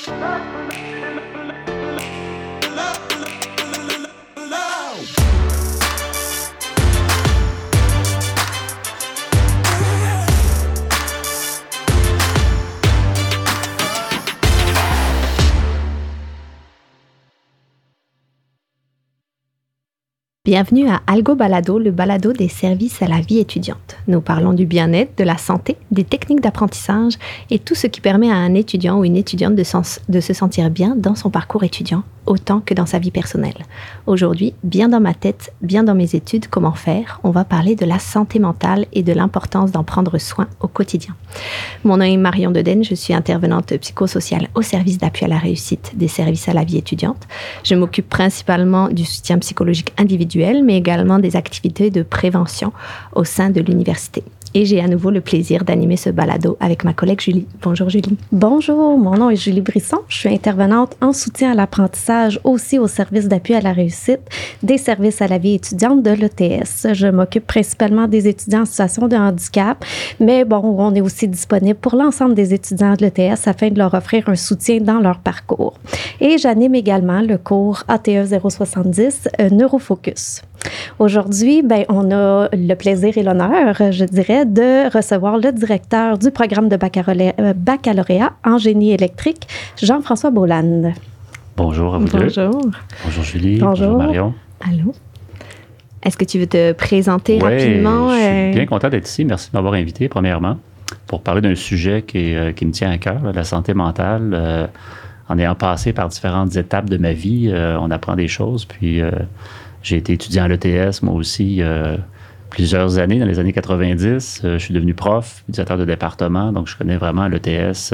Bienvenue à Algo Balado, le balado des services à la vie étudiante. Nous parlons du bien-être, de la santé, des techniques d'apprentissage et tout ce qui permet à un étudiant ou une étudiante de se sentir bien dans son parcours étudiant, autant que dans sa vie personnelle. Aujourd'hui, bien dans ma tête, bien dans mes études, comment faire? On va parler de la santé mentale et de l'importance d'en prendre soin au quotidien. Mon nom est Marion Deden, je suis intervenante psychosociale au service d'appui à la réussite des services à la vie étudiante. Je m'occupe principalement du soutien psychologique individuel, mais également des activités de prévention au sein de l'université. Et j'ai à nouveau le plaisir d'animer ce balado avec ma collègue Julie. Bonjour Julie. Bonjour, mon nom est Julie Brisson. Je suis intervenante en soutien à l'apprentissage, aussi au service d'appui à la réussite des services à la vie étudiante de l'ETS. Je m'occupe principalement des étudiants en situation de handicap, mais bon, on est aussi disponible pour l'ensemble des étudiants de l'ETS afin de leur offrir un soutien dans leur parcours. Et j'anime également le cours ATE 070 Neurofocus. Aujourd'hui, on a le plaisir et l'honneur, je dirais, de recevoir le directeur du programme de baccalauréat en génie électrique, Jean-François Boland. Bonjour à vous deux. Bonjour. Bonjour Julie. Bonjour Marion. Allô. Est-ce que tu veux te présenter rapidement? Je suis bien content d'être ici. Merci de m'avoir invité, premièrement, pour parler d'un sujet qui me tient à cœur, la santé mentale. En ayant passé par différentes étapes de ma vie, on apprend des choses, puis... j'ai été étudiant à l'ETS, moi aussi, plusieurs années, dans les années 90. Je suis devenu prof, utilisateur de département, donc je connais vraiment l'ETS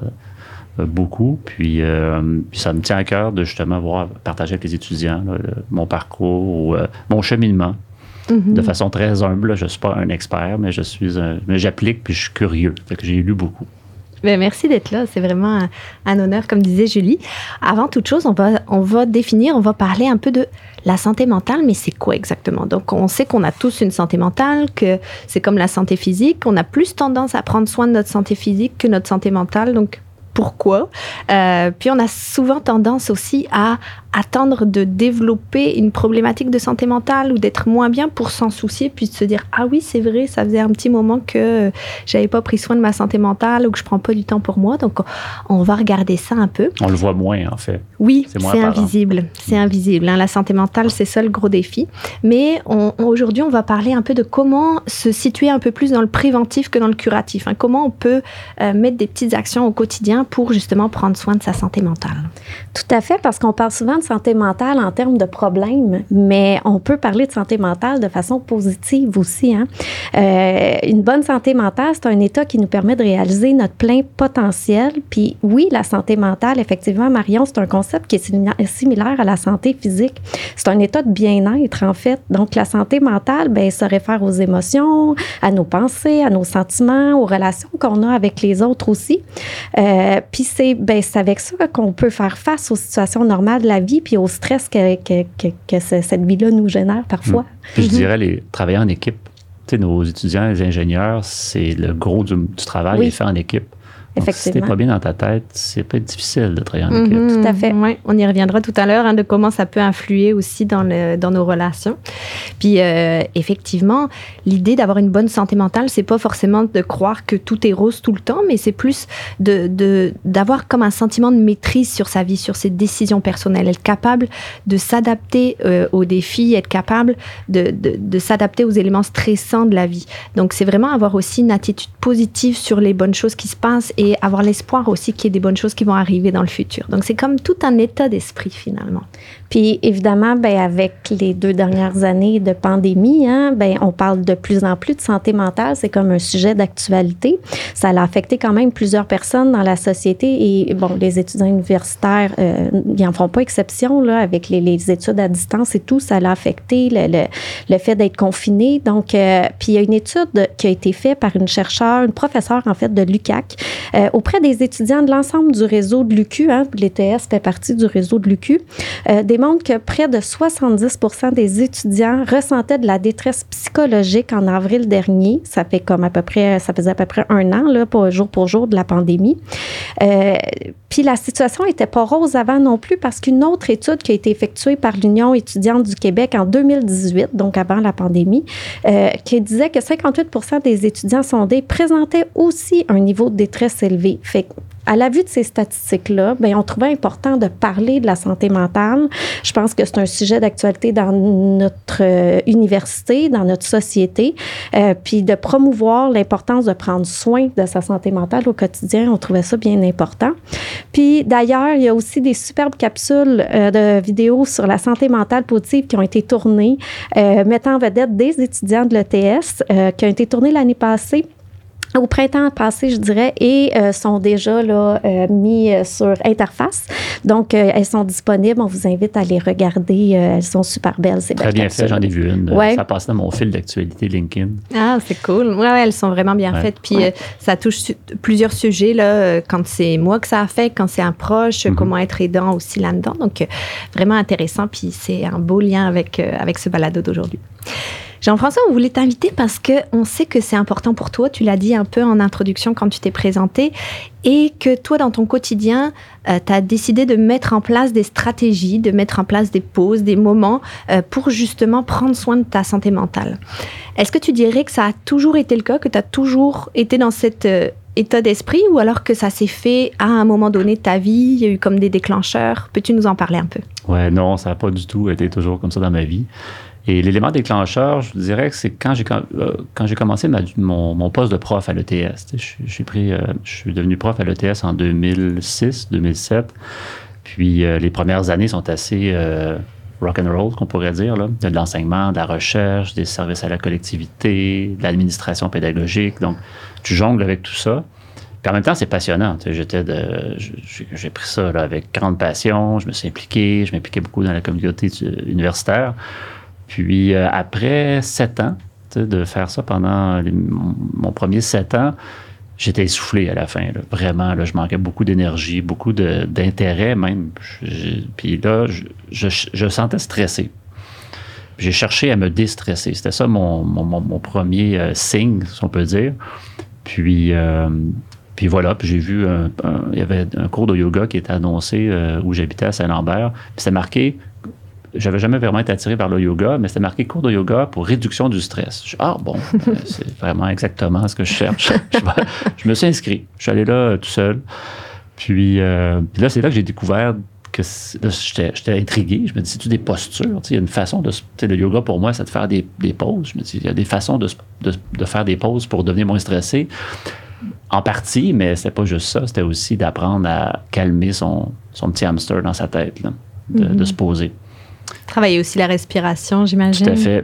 beaucoup. Puis ça me tient à cœur de justement partager avec les étudiants mon parcours, mon cheminement. Mm-hmm. De façon très humble. Je ne suis pas un expert, mais j'applique puis je suis curieux. Fait que j'ai lu beaucoup. Bien, merci d'être là. C'est vraiment un honneur, comme disait Julie. Avant toute chose, on va parler un peu de la santé mentale, mais c'est quoi exactement? Donc, on sait qu'on a tous une santé mentale, que c'est comme la santé physique. On a plus tendance à prendre soin de notre santé physique que notre santé mentale. Donc, pourquoi? Puis, on a souvent tendance aussi à attendre de développer une problématique de santé mentale ou d'être moins bien pour s'en soucier, puis de se dire « Ah oui, c'est vrai, ça faisait un petit moment que j'avais pas pris soin de ma santé mentale ou que je prends pas du temps pour moi. » Donc, on va regarder ça un peu. On le voit moins, en fait. Oui, c'est invisible. C'est invisible. Hein. La santé mentale, c'est ça le gros défi. Mais aujourd'hui, on va parler un peu de comment se situer un peu plus dans le préventif que dans le curatif. Hein. Comment on peut mettre des petites actions au quotidien pour justement prendre soin de sa santé mentale. Tout à fait, parce qu'on parle souvent de santé mentale en termes de problèmes, mais on peut parler de santé mentale de façon positive aussi. Hein? Une bonne santé mentale, c'est un état qui nous permet de réaliser notre plein potentiel. Puis oui, la santé mentale, effectivement, Marion, c'est un concept qui est similaire à la santé physique. C'est un état de bien-être, en fait. Donc, la santé mentale, se réfère aux émotions, à nos pensées, à nos sentiments, aux relations qu'on a avec les autres aussi. Puis c'est avec ça qu'on peut faire face aux situations normales de la vie puis au stress que cette vie-là nous génère parfois. Puis je dirais, travailler en équipe. Tu sais, nos étudiants, les ingénieurs, c'est le gros du travail est fait en équipe. Donc, si t'es pas bien dans ta tête, c'est peut être difficile de travailler en équipe. Tout à fait. Oui, on y reviendra tout à l'heure de comment ça peut influer aussi dans nos relations. Puis, effectivement, l'idée d'avoir une bonne santé mentale, c'est pas forcément de croire que tout est rose tout le temps, mais c'est plus d'avoir comme un sentiment de maîtrise sur sa vie, sur ses décisions personnelles, être capable de s'adapter aux défis, être capable de s'adapter aux éléments stressants de la vie. Donc, c'est vraiment avoir aussi une attitude positive sur les bonnes choses qui se passent et avoir l'espoir aussi qu'il y ait des bonnes choses qui vont arriver dans le futur. Donc, c'est comme tout un état d'esprit, finalement. Puis, évidemment, avec les 2 dernières années de pandémie, on parle de plus en plus de santé mentale. C'est comme un sujet d'actualité. Ça a affecté quand même plusieurs personnes dans la société. Et, les étudiants universitaires, ils n'en font pas exception, là, avec les études à distance et tout. Ça l'a affecté, le fait d'être confiné. Donc, puis il y a une étude qui a été faite par une professeure, en fait, de l'UQAC, auprès des étudiants de l'ensemble du réseau de l'UQ, l'ETS fait partie du réseau de l'UQ, démontre que près de 70% des étudiants ressentaient de la détresse psychologique en avril dernier. Ça faisait à peu près 1 an, là, jour pour jour de la pandémie. Puis la situation n'était pas rose avant non plus parce qu'une autre étude qui a été effectuée par l'Union étudiante du Québec en 2018, donc avant la pandémie, qui disait que 58% des étudiants sondés présentaient aussi un niveau de détresse élevé. Fait que, à la vue de ces statistiques-là, on trouvait important de parler de la santé mentale. Je pense que c'est un sujet d'actualité dans notre université, dans notre société, puis de promouvoir l'importance de prendre soin de sa santé mentale au quotidien. On trouvait ça bien important. Puis d'ailleurs, il y a aussi des superbes capsules de vidéos sur la santé mentale positive qui ont été tournées, mettant en vedette des étudiants de l'ETS, qui ont été tournées l'année passée. Au printemps passé, je dirais, et sont déjà là, mis sur Interface. Donc, elles sont disponibles. On vous invite à les regarder. Elles sont super belles, ces belles Très bien capsules. fait, j'en ai vu une. Ouais. Ça passe dans mon fil d'actualité LinkedIn. Ah, c'est cool. Ouais, elles sont vraiment bien faites. Puis, ça touche plusieurs sujets, là, quand c'est moi que ça affecte, quand c'est un proche, comment être aidant aussi là-dedans. Donc, vraiment intéressant. Puis, c'est un beau lien avec ce balado d'aujourd'hui. Jean-François, on voulait t'inviter parce qu'on sait que c'est important pour toi. Tu l'as dit un peu en introduction quand tu t'es présenté et que toi, dans ton quotidien, tu as décidé de mettre en place des stratégies, de mettre en place des pauses, des moments pour justement prendre soin de ta santé mentale. Est-ce que tu dirais que ça a toujours été le cas, que tu as toujours été dans cet état d'esprit ou alors que ça s'est fait à un moment donné de ta vie, il y a eu comme des déclencheurs? Peux-tu nous en parler un peu? Ouais, non, ça n'a pas du tout été toujours comme ça dans ma vie. Et l'élément déclencheur, je vous dirais que c'est quand j'ai commencé mon poste de prof à l'ETS. Je suis devenu prof à l'ETS en 2006, 2007. Puis les premières années sont assez rock'n'roll, qu'on pourrait dire. Là. De l'enseignement, de la recherche, des services à la collectivité, de l'administration pédagogique. Donc, tu jongles avec tout ça. Puis en même temps, c'est passionnant. J'ai pris ça là, avec grande passion. Je me suis impliqué. Je m'impliquais beaucoup dans la communauté universitaire. Puis après 7 ans de faire ça pendant mon premier 7 ans, j'étais essoufflé à la fin. Là. Vraiment, là, je manquais beaucoup d'énergie, beaucoup d'intérêt même. Puis là, je sentais stressé. J'ai cherché à me déstresser. C'était ça mon premier signe, si on peut dire. Puis voilà, puis j'ai vu, il y avait un cours de yoga qui était annoncé où j'habitais à Saint-Lambert. Puis c'était marqué... J'avais jamais vraiment été attiré par le yoga, mais c'était marqué cours de yoga pour réduction du stress. C'est vraiment exactement ce que je cherche. Je me suis inscrit. Je suis allé là tout seul. Puis là, c'est là que j'ai découvert que j'étais intrigué. Je me dis, c'est-tu des postures? Il y a une façon de... Le yoga, pour moi, c'est de faire des pauses. Je me dis, il y a des façons de faire des pauses pour devenir moins stressé. En partie, mais c'était pas juste ça. C'était aussi d'apprendre à calmer son petit hamster dans sa tête, là, de se poser. Travailler aussi la respiration, j'imagine. Tout à fait.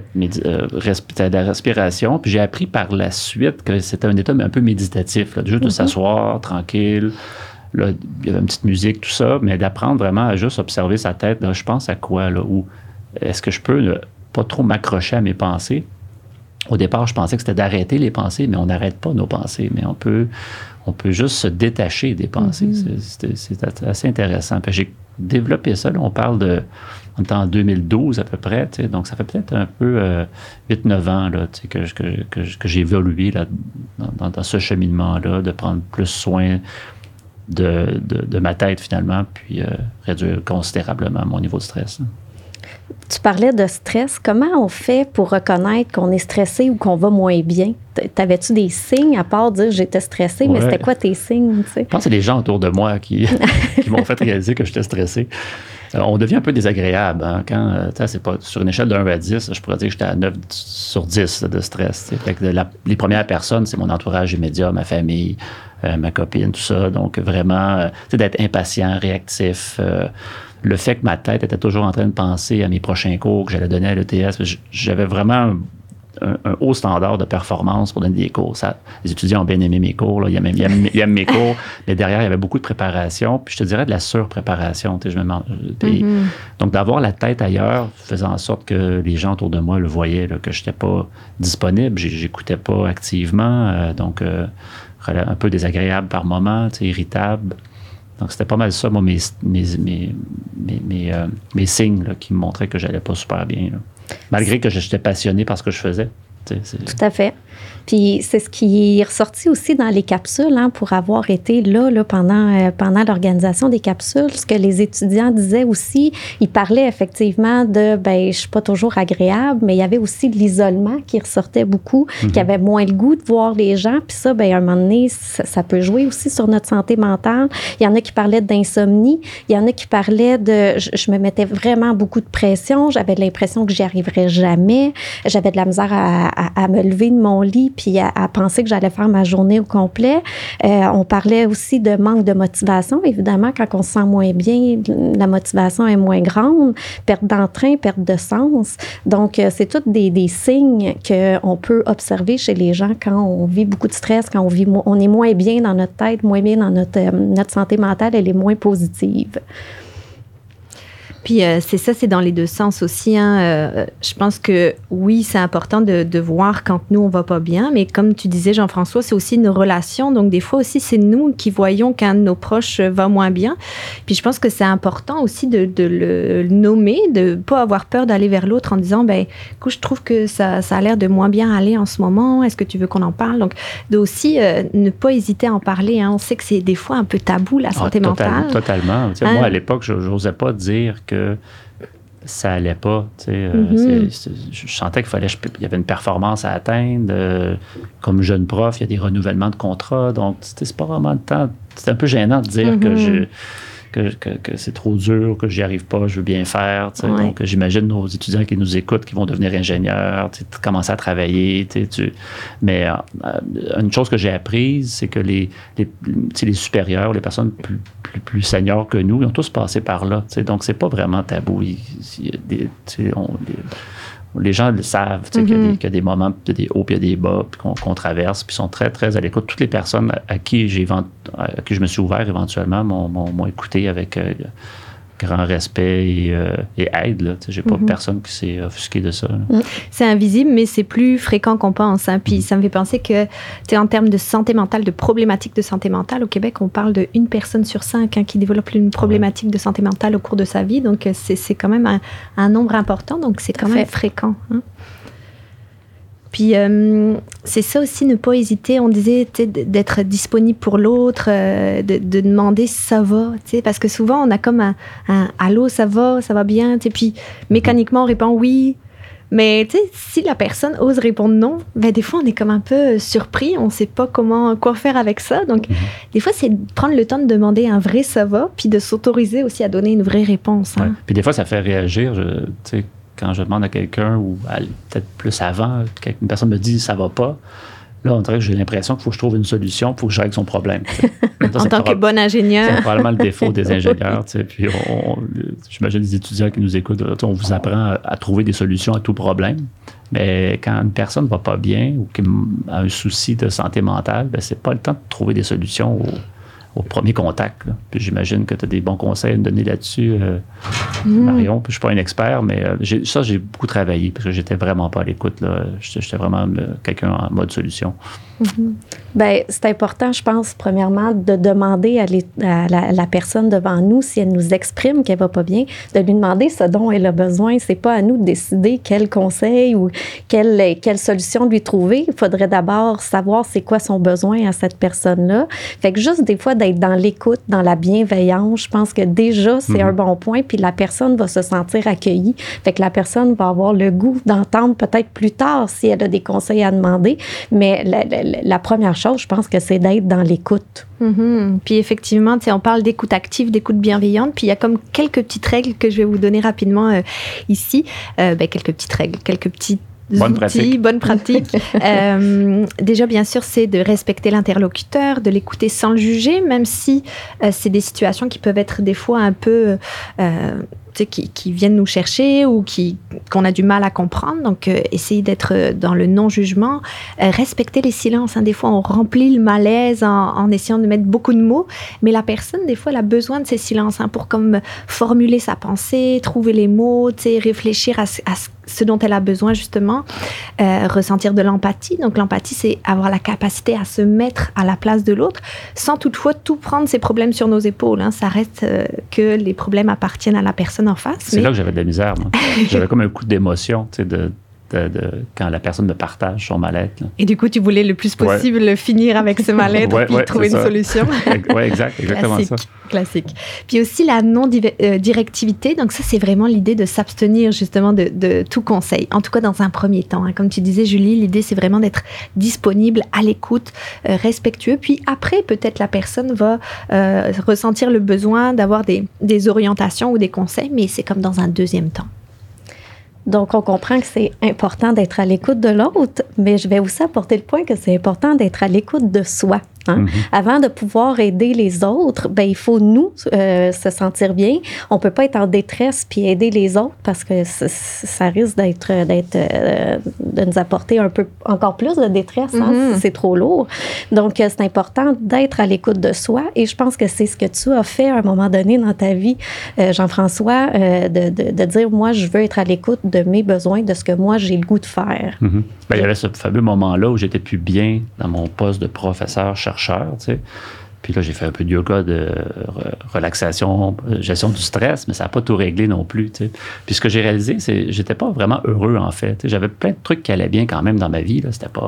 La respiration. Puis j'ai appris par la suite que c'était un état un peu méditatif, là, juste de s'asseoir tranquille. Là, il y avait une petite musique, tout ça, mais d'apprendre vraiment à juste observer sa tête. Là, je pense à quoi, là, ou est-ce que je peux pas trop m'accrocher à mes pensées? Au départ, je pensais que c'était d'arrêter les pensées, mais on n'arrête pas nos pensées, mais on peut juste se détacher des pensées. C'est assez intéressant. Puis j'ai développé ça. Là, on est en 2012 à peu près, donc ça fait peut-être un peu 8-9 ans là, que j'ai évolué là, dans ce cheminement-là, de prendre plus soin de ma tête finalement, puis réduire considérablement mon niveau de stress. Tu parlais de stress. Comment on fait pour reconnaître qu'on est stressé ou qu'on va moins bien? T'avais-tu des signes à part dire j'étais stressé, mais c'était quoi tes signes? T'sais? Je pense que c'est les gens autour de moi qui m'ont fait réaliser que j'étais stressé. On devient un peu désagréable. Hein, quand, c'est pas, sur une échelle de 1 à 10, je pourrais dire que j'étais à 9 sur 10 de stress. Fait que les premières personnes, c'est mon entourage immédiat, ma famille, ma copine, tout ça. Donc, vraiment, d'être impatient, réactif. Le fait que ma tête était toujours en train de penser à mes prochains cours que j'allais donner à l'ETS, j'avais vraiment un haut standard de performance pour donner des cours. Les étudiants ont bien aimé mes cours, là, ils aiment mes cours, mais derrière, il y avait beaucoup de préparation, puis je te dirais de la surpréparation. Donc, d'avoir la tête ailleurs faisait en sorte que les gens autour de moi le voyaient, là, que je n'étais pas disponible, j'écoutais pas activement, donc un peu désagréable par moment, irritable. Donc, c'était pas mal ça, moi, mes signes là, qui me montraient que j'allais pas super bien. Là. Malgré que j'étais passionné par ce que je faisais. Tout à fait. Puis c'est ce qui est ressorti aussi dans les capsules, pour avoir été là pendant l'organisation des capsules. Ce que les étudiants disaient aussi, ils parlaient effectivement de, je suis pas toujours agréable, mais il y avait aussi de l'isolement qui ressortait beaucoup, qui avait moins le goût de voir les gens. Puis ça, à un moment donné, ça peut jouer aussi sur notre santé mentale. Il y en a qui parlaient d'insomnie. Il y en a qui parlaient de, je me mettais vraiment beaucoup de pression. J'avais l'impression que j'y arriverais jamais. J'avais de la misère à me lever de mon lit puis à penser que j'allais faire ma journée au complet. On parlait aussi de manque de motivation. Évidemment, quand on se sent moins bien, la motivation est moins grande. Perte d'entrain, perte de sens. Donc, c'est tous des signes qu'on peut observer chez les gens quand on vit beaucoup de stress, quand on est moins bien dans notre tête, moins bien dans notre santé mentale, elle est moins positive. Puis c'est dans les deux sens aussi. Je pense que oui, c'est important de voir quand nous, on va pas bien. Mais comme tu disais, Jean-François, c'est aussi nos relations. Donc, des fois aussi, c'est nous qui voyons quand nos proches va moins bien. Puis je pense que c'est important aussi de le nommer, de pas avoir peur d'aller vers l'autre en disant, écoute, je trouve que ça a l'air de moins bien aller en ce moment. Est-ce que tu veux qu'on en parle? Donc, de aussi ne pas hésiter à en parler. On sait que c'est des fois un peu tabou, la santé mentale. Totalement. Moi, à l'époque, je n'osais pas dire que ça allait pas. Je sentais qu'il y avait une performance à atteindre. Comme jeune prof, il y a des renouvellements de contrats. Donc, c'est pas vraiment le temps. C'est un peu gênant de dire que c'est trop dur, que j'y arrive pas, je veux bien faire. Ouais. Donc, j'imagine nos étudiants qui nous écoutent, qui vont devenir ingénieurs, commencer à travailler. Mais une chose que j'ai apprise, c'est que les supérieurs, les personnes plus seniors que nous, ils ont tous passé par là. Donc, c'est pas vraiment tabou. Les gens le savent, qu'il y a des moments, il y a des hauts, puis il y a des bas, puis qu'on traverse, puis sont très, très à l'écoute. Toutes les personnes à qui je me suis ouvert éventuellement m'ont écouté avec grand respect et aide. J'ai pas personne qui s'est offusqué de ça. C'est invisible, mais c'est plus fréquent qu'on pense. Puis ça me fait penser que, en termes de santé mentale, de problématiques de santé mentale, au Québec, on parle de 1 personne sur 5 qui développe une problématique de santé mentale au cours de sa vie. Donc, c'est quand même un nombre important. Donc, c'est quand même fréquent. Puis, c'est ça aussi, ne pas hésiter, on disait, d'être disponible pour l'autre, de demander si ça va, parce que souvent, on a comme un « allô, ça va bien », puis mécaniquement, on répond « oui ». Mais si la personne ose répondre non, des fois, on est comme un peu surpris, on ne sait pas quoi faire avec ça. Donc, des fois, c'est de prendre le temps de demander un vrai « ça va », puis de s'autoriser aussi à donner une vraie réponse. Ouais. Puis des fois, ça fait réagir, quand je demande à quelqu'un, ou peut-être plus avant, qu'une personne me dit « ça va pas », là, on dirait que j'ai l'impression qu'il faut que je trouve une solution, il faut que je règle son problème. En tant que bon ingénieur. C'est probablement le défaut des ingénieurs. Puis j'imagine les étudiants qui nous écoutent, on vous apprend à trouver des solutions à tout problème. Mais quand une personne ne va pas bien ou qui a un souci de santé mentale, c'est pas le temps de trouver des solutions au premier contact. Là. Puis j'imagine que tu as des bons conseils à me donner là-dessus, Marion. Puis je ne suis pas un expert, mais j'ai beaucoup travaillé parce que j'étais vraiment pas à l'écoute. Là. J'étais vraiment quelqu'un en mode solution. C'est important, je pense, premièrement, de demander à la personne devant nous, si elle nous exprime qu'elle ne va pas bien, de lui demander ce dont elle a besoin. Ce n'est pas à nous de décider quel conseil ou quelle solution lui trouver. Il faudrait d'abord savoir c'est quoi son besoin à cette personne-là. Fait que juste des fois d'être dans l'écoute, dans la bienveillance, je pense que déjà, c'est un bon point. Puis la personne va se sentir accueillie. Fait que la personne va avoir le goût d'entendre peut-être plus tard si elle a des conseils à demander. Mais la première chose, je pense que c'est d'être dans l'écoute. Puis effectivement, on parle d'écoute active, d'écoute bienveillante. Puis il y a comme quelques petites règles que je vais vous donner rapidement ici. Quelques petites règles, quelques petits outils, bonnes pratiques. Déjà, bien sûr, c'est de respecter l'interlocuteur, de l'écouter sans le juger, même si c'est des situations qui peuvent être des fois un peu qui viennent nous chercher ou qu'on a du mal à comprendre. Donc, essayer d'être dans le non-jugement, respecter les silences. Des fois, on remplit le malaise en essayant de mettre beaucoup de mots, mais la personne, des fois, elle a besoin de ces silences pour comme formuler sa pensée, trouver les mots, réfléchir à ce dont elle a besoin, justement, ressentir de l'empathie. Donc, l'empathie, c'est avoir la capacité à se mettre à la place de l'autre, sans toutefois tout prendre ses problèmes sur nos épaules. Ça reste que les problèmes appartiennent à la personne en face. C'est là que j'avais de la misère, moi. J'avais comme un coup d'émotion, quand la personne me partage son mal-être. Et du coup, tu voulais le plus possible finir avec ce mal-être puis trouver une solution. Oui, exactement ça. Classique. Puis aussi la non-directivité. Donc ça, c'est vraiment l'idée de s'abstenir justement de tout conseil. En tout cas, dans un premier temps. Comme tu disais, Julie, l'idée, c'est vraiment d'être disponible, à l'écoute, respectueux. Puis après, peut-être la personne va ressentir le besoin d'avoir des orientations ou des conseils, mais c'est comme dans un deuxième temps. Donc, on comprend que c'est important d'être à l'écoute de l'autre, mais je vais aussi apporter le point que c'est important d'être à l'écoute de soi. Avant de pouvoir aider les autres, il faut nous se sentir bien. On peut pas être en détresse puis aider les autres parce que ça risque de nous apporter encore plus de détresse si c'est trop lourd. Donc, c'est important d'être à l'écoute de soi et je pense que c'est ce que tu as fait à un moment donné dans ta vie, Jean-François, de dire, moi, je veux être à l'écoute de mes besoins, de ce que moi, j'ai le goût de faire. Il y avait ce fameux moment-là où j'étais plus bien dans mon poste de professeur-chercheur, tu sais. Puis là, j'ai fait un peu de yoga, de relaxation, gestion du stress, mais ça n'a pas tout réglé non plus, tu sais. Puis ce que j'ai réalisé, c'est que j'étais pas vraiment heureux, en fait. Tu sais, j'avais plein de trucs qui allaient bien quand même dans ma vie, là.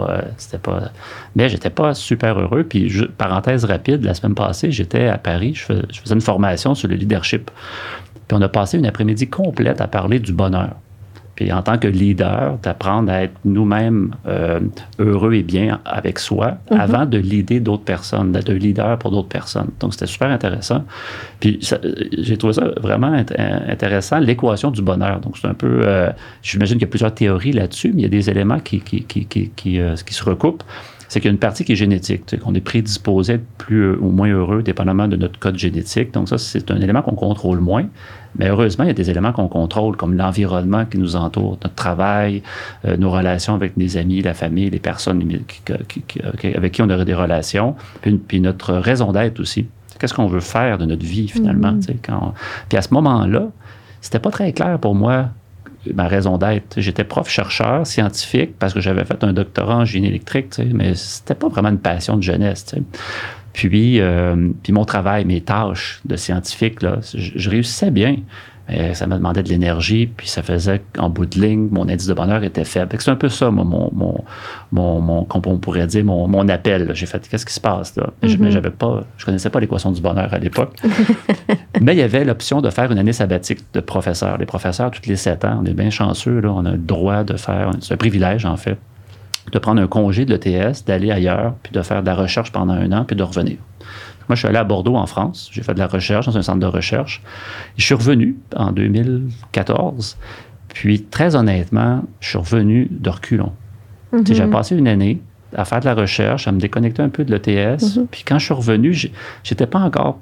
Mais j'étais pas super heureux. Puis, parenthèse rapide, la semaine passée, j'étais à Paris, je faisais une formation sur le leadership. Puis on a passé une après-midi complète à parler du bonheur. Puis en tant que leader, d'apprendre à être nous-mêmes heureux et bien avec soi avant de leader d'autres personnes, d'être un leader pour d'autres personnes. Donc, c'était super intéressant. Puis j'ai trouvé ça vraiment intéressant, l'équation du bonheur. Donc, c'est un peu... j'imagine qu'il y a plusieurs théories là-dessus, mais il y a des éléments qui se recoupent. C'est qu'il y a une partie qui est génétique, qu'on est prédisposé à être plus ou moins heureux dépendamment de notre code génétique. Donc ça, c'est un élément qu'on contrôle moins. Mais heureusement, il y a des éléments qu'on contrôle, comme l'environnement qui nous entoure, notre travail, nos relations avec des amis, la famille, les personnes avec qui on aurait des relations, puis notre raison d'être aussi. Qu'est-ce qu'on veut faire de notre vie, finalement? Puis à ce moment-là, c'était pas très clair pour moi ma raison d'être. J'étais prof-chercheur scientifique parce que j'avais fait un doctorat en génie électrique, mais c'était pas vraiment une passion de jeunesse. Puis mon travail, mes tâches de scientifique, là, je réussissais bien. Mais ça me demandait de l'énergie, puis ça faisait qu'en bout de ligne, mon indice de bonheur était faible. C'est un peu ça, moi, comme on pourrait dire, mon appel. J'ai fait, qu'est-ce qui se passe là? Mais je connaissais pas l'équation du bonheur à l'époque. Mais il y avait l'option de faire une année sabbatique de professeur. Les professeurs, tous les 7 ans, on est bien chanceux, là, on a le droit de faire, c'est un privilège en fait, de prendre un congé de l'ETS, d'aller ailleurs, puis de faire de la recherche pendant 1 an, puis de revenir. Moi, je suis allé à Bordeaux, en France. J'ai fait de la recherche dans un centre de recherche. Je suis revenu en 2014. Puis, très honnêtement, je suis revenu de reculons. J'ai passé 1 année à faire de la recherche, à me déconnecter un peu de l'ETS. Puis, quand je suis revenu, j'étais pas encore...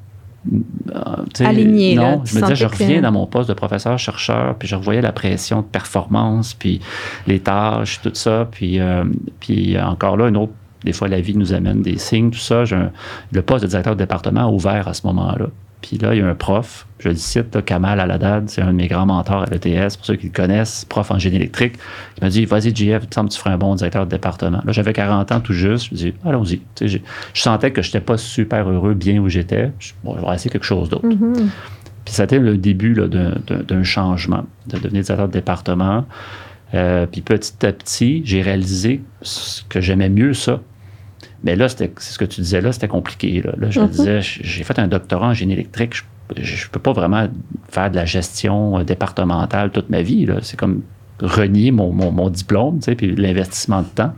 aligné. Non, je me disais, je reviens dans mon poste de professeur-chercheur, puis je revoyais la pression de performance, puis les tâches, tout ça. Puis encore là, des fois, la vie nous amène des signes, tout ça. Le poste de directeur de département a ouvert à ce moment-là. Puis là, il y a un prof, je le cite, là, Kamal Aladad, c'est un de mes grands mentors à l'ETS, pour ceux qui le connaissent, prof en génie électrique, qui m'a dit, vas-y, JF, il me semble que tu ferais un bon directeur de département. Là, j'avais 40 ans tout juste. Je me dis, allons-y. Je sentais que je n'étais pas super heureux, bien où j'étais. Je vais essayer quelque chose d'autre. Puis ça a été le début là, d'un changement, de devenir directeur de département. Puis petit à petit, j'ai réalisé que j'aimais mieux ça. Mais là, c'est ce que tu disais là, c'était compliqué. Là je disais, j'ai fait un doctorat en génie électrique, je peux pas vraiment faire de la gestion départementale toute ma vie. Là. C'est comme renier mon diplôme, tu sais, puis l'investissement de temps.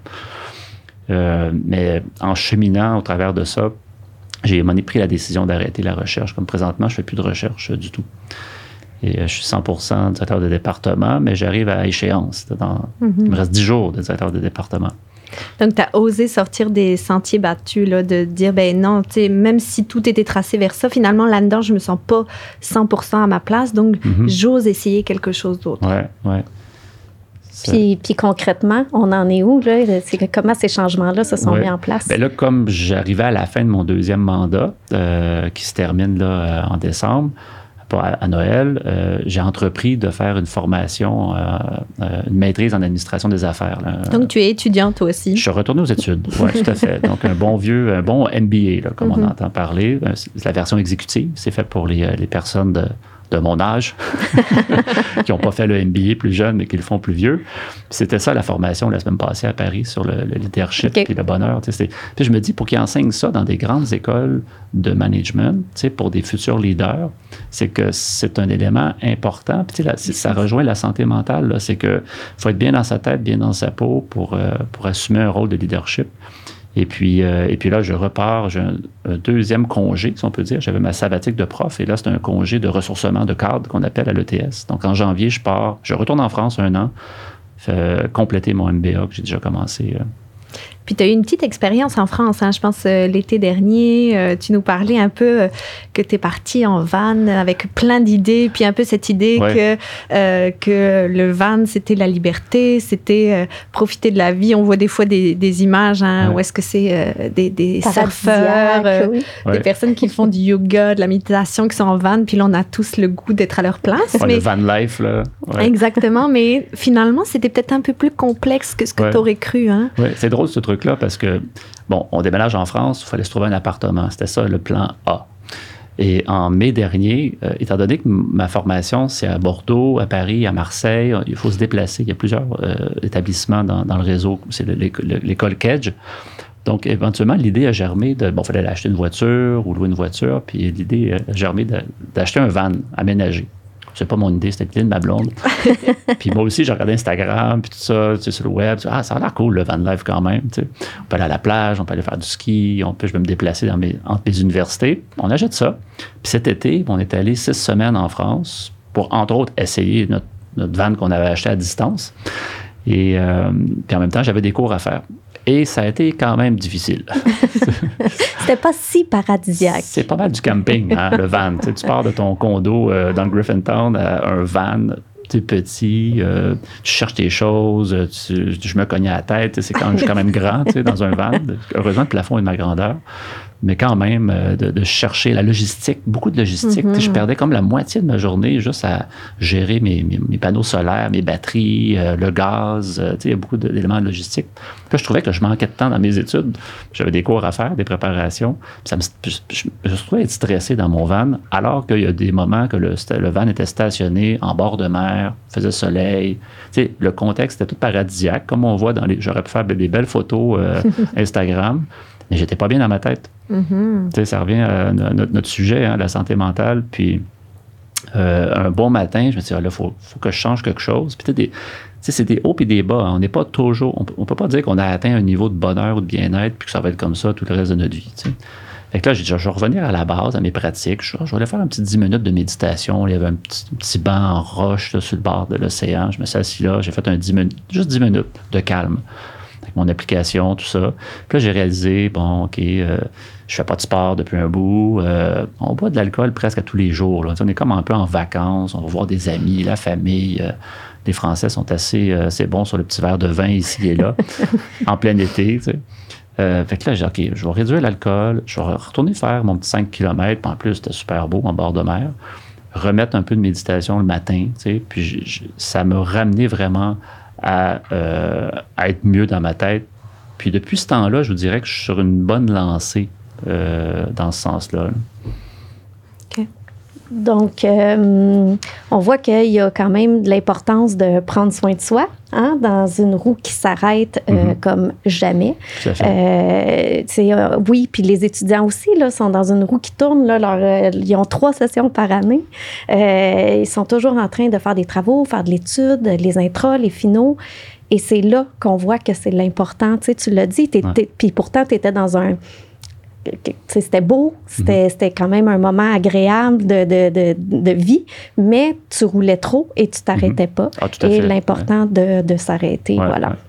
Mais en cheminant au travers de ça, j'ai pris la décision d'arrêter la recherche. Comme présentement, je fais plus de recherche du tout. Et je suis 100% directeur de département, mais j'arrive à échéance. Il me reste 10 jours de directeur de département. Donc, tu as osé sortir des sentiers battus, là, de dire, ben non, tu sais, même si tout était tracé vers ça, finalement, là-dedans, je me sens pas 100% à ma place, donc j'ose essayer quelque chose d'autre. Ouais. Puis concrètement, on en est où, là? Comment ces changements-là se sont mis en place? Bien là, comme j'arrivais à la fin de mon deuxième mandat, qui se termine là, en décembre, à Noël, j'ai entrepris de faire une formation, une maîtrise en administration des affaires. Là. Donc, tu es étudiante toi aussi. Je suis retourné aux études, oui, tout à fait. Donc, un bon MBA, là, comme on entend parler. C'est la version exécutive. C'est fait pour les personnes de mon âge, qui n'ont pas fait le MBA plus jeune, mais qui le font plus vieux. Puis c'était ça, la formation la semaine passée à Paris sur le leadership et le bonheur. Puis je me dis, pour qu'ils enseignent ça dans des grandes écoles de management, pour des futurs leaders, c'est que c'est un élément important. Puis ça rejoint la santé mentale. Là, c'est qu'il faut être bien dans sa tête, bien dans sa peau pour assumer un rôle de leadership. Et puis là, je repars, j'ai un deuxième congé, si on peut dire. J'avais ma sabbatique de prof, et là, c'est un congé de ressourcement de cadre qu'on appelle à l'ETS. Donc, en janvier, je retourne en France 1 an, compléter mon MBA que j'ai déjà commencé. Puis tu as eu une petite expérience en France, hein, je pense l'été dernier. Tu nous parlais un peu que tu es partie en van avec plein d'idées, puis un peu cette idée que le van, c'était la liberté, c'était profiter de la vie. On voit des fois des images où est-ce que c'est des surfeurs, des personnes qui font du yoga, de la méditation, qui sont en van, puis là, on a tous le goût d'être à leur place. Le van life, là. Ouais. Exactement, mais finalement, c'était peut-être un peu plus complexe que ce que tu aurais cru. Hein? Oui, c'est drôle ce truc-là parce que, bon, on déménage en France, il fallait se trouver un appartement. C'était ça le plan A. Et en mai dernier, étant donné que ma formation, c'est à Bordeaux, à Paris, à Marseille, il faut se déplacer. Il y a plusieurs établissements dans le réseau. C'est l'école Kedge. Donc, éventuellement, l'idée a germé il fallait acheter une voiture ou louer une voiture, puis l'idée a germé d'acheter un van aménagé. C'est pas mon idée, c'était l'idée de ma blonde. Puis moi aussi, j'ai regardé Instagram, puis tout ça, sur le web. Ça a l'air cool, le van life quand même. On peut aller à la plage, on peut aller faire du ski, je vais me déplacer entre mes universités. On achète ça. Puis cet été, on est allé 6 semaines en France pour, entre autres, essayer notre van qu'on avait acheté à distance. Et puis en même temps, j'avais des cours à faire. Et ça a été quand même difficile. C'était pas si paradisiaque. C'est pas mal du camping, hein, le van. Tu pars de ton condo dans le Griffintown à un van petit, tu cherches tes choses, je me cognais à la tête. C'est quand même grand dans un van. Heureusement, le plafond est de ma grandeur. Mais quand même, de chercher la logistique, beaucoup de logistique. Je perdais comme la moitié de ma journée juste à gérer mes panneaux solaires, mes batteries, le gaz. Il y a beaucoup d'éléments de logistique. Puis je trouvais que je manquais de temps dans mes études. J'avais des cours à faire, des préparations. Puis je me trouvais être stressé dans mon van, alors qu'il y a des moments que le van était stationné en bord de mer, faisait soleil. Le contexte était tout paradisiaque, comme on voit j'aurais pu faire des belles photos Instagram. Mais j'étais pas bien dans ma tête. Ça revient à notre sujet, hein, la santé mentale. Puis un bon matin, je me suis dit, là, faut que je change quelque chose. Puis c'est des hauts et des bas. Hein. On n'est pas toujours... On peut pas dire qu'on a atteint un niveau de bonheur ou de bien-être puis que ça va être comme ça tout le reste de notre vie. T'sais. Fait que là, j'ai dit, je vais revenir à la base, à mes pratiques. Je vais aller faire un petit 10 minutes de méditation. Il y avait un petit banc en roche là, sur le bord de l'océan. Je me suis assis là. J'ai fait juste 10 minutes de calme. Avec mon application, tout ça. Puis là, j'ai réalisé, je fais pas de sport depuis un bout. On boit de l'alcool presque à tous les jours. Là. On est comme un peu en vacances. On va voir des amis, la famille. Les Français sont assez bons sur le petit verre de vin ici et là, en plein été. Fait que là, j'ai dit, OK, je vais réduire l'alcool. Je vais retourner faire mon petit 5 km. Puis en plus, c'était super beau en bord de mer. Remettre un peu de méditation le matin. Puis ça m'a ramené vraiment à être mieux dans ma tête. Puis depuis ce temps-là, je vous dirais que je suis sur une bonne lancée dans ce sens-là. OK. Donc, on voit qu'il y a quand même de l'importance de prendre soin de soi, hein, dans une roue qui s'arrête comme jamais. Oui, puis les étudiants aussi là, sont dans une roue qui tourne. Là, ils ont 3 sessions par année. Ils sont toujours en train de faire des travaux, faire de l'étude, les intras, les finaux. Et c'est là qu'on voit que c'est l'important. Tu l'as dit, puis pourtant, tu étais dans un... C'était beau, c'était quand même un moment agréable de vie, mais tu roulais trop et tu t'arrêtais pas. Ah, tout à fait. L'important de s'arrêter, voilà.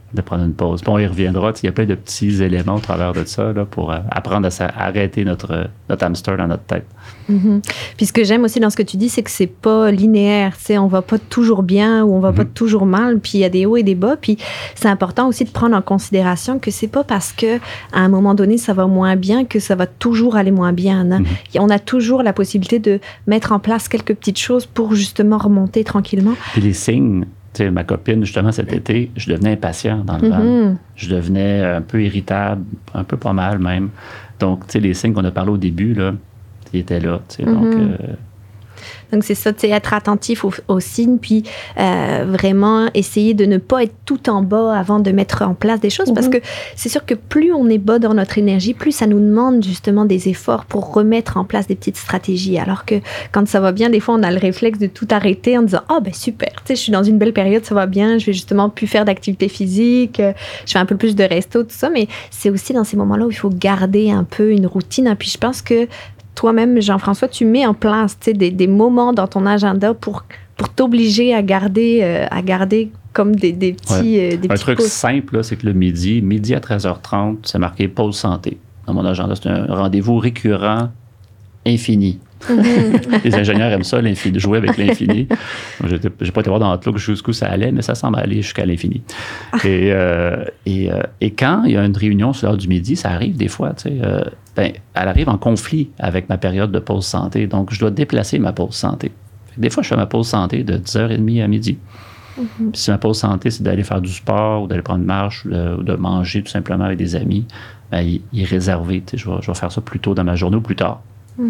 de prendre une pause. Puis on y reviendra. Il y a plein de petits éléments au travers de ça là, pour apprendre à arrêter notre hamster dans notre tête. Mm-hmm. Puis ce que j'aime aussi dans ce que tu dis, c'est que c'est pas linéaire. On va pas toujours bien ou on va pas toujours mal. Puis il y a des hauts et des bas. Puis c'est important aussi de prendre en considération que c'est pas parce que à un moment donné ça va moins bien que ça va toujours aller moins bien. Hein? On a toujours la possibilité de mettre en place quelques petites choses pour justement remonter tranquillement. Puis les signes. T'sais, ma copine, justement, cet été, je devenais impatient dans le van. Je devenais un peu irritable, un peu pas mal même. Donc, les signes qu'on a parlé au début, là, ils étaient là. Donc, c'est ça, être attentif aux signes, puis vraiment essayer de ne pas être tout en bas avant de mettre en place des choses, parce que c'est sûr que plus on est bas dans notre énergie, plus ça nous demande justement des efforts pour remettre en place des petites stratégies. Alors que quand ça va bien, des fois, on a le réflexe de tout arrêter en disant « Ah, ben super, je suis dans une belle période, ça va bien, je vais justement plus faire d'activité physique, je fais un peu plus de resto, tout ça. » Mais c'est aussi dans ces moments-là où il faut garder un peu une routine. Puis je pense que toi-même, Jean-François, tu mets en place des moments dans ton agenda pour t'obliger à garder comme des petits des un petits truc pauses. simple, là, c'est que le midi à 13h30, c'est marqué pause santé. Dans mon agenda, c'est un rendez-vous récurrent infini. Les ingénieurs aiment ça, l'infini, jouer avec l'infini. Je n'ai pas été voir dans Outlook jusqu'où ça allait, mais ça semble aller jusqu'à l'infini. Et quand il y a une réunion sur l'heure du midi, ça arrive des fois, elle arrive en conflit avec ma période de pause santé. Donc, je dois déplacer ma pause santé. Des fois, je fais ma pause santé de 10h30 à midi. Puis si ma pause santé, c'est d'aller faire du sport ou d'aller prendre une marche ou de manger tout simplement avec des amis, il est réservé. Je vais faire ça plus tôt dans ma journée ou plus tard.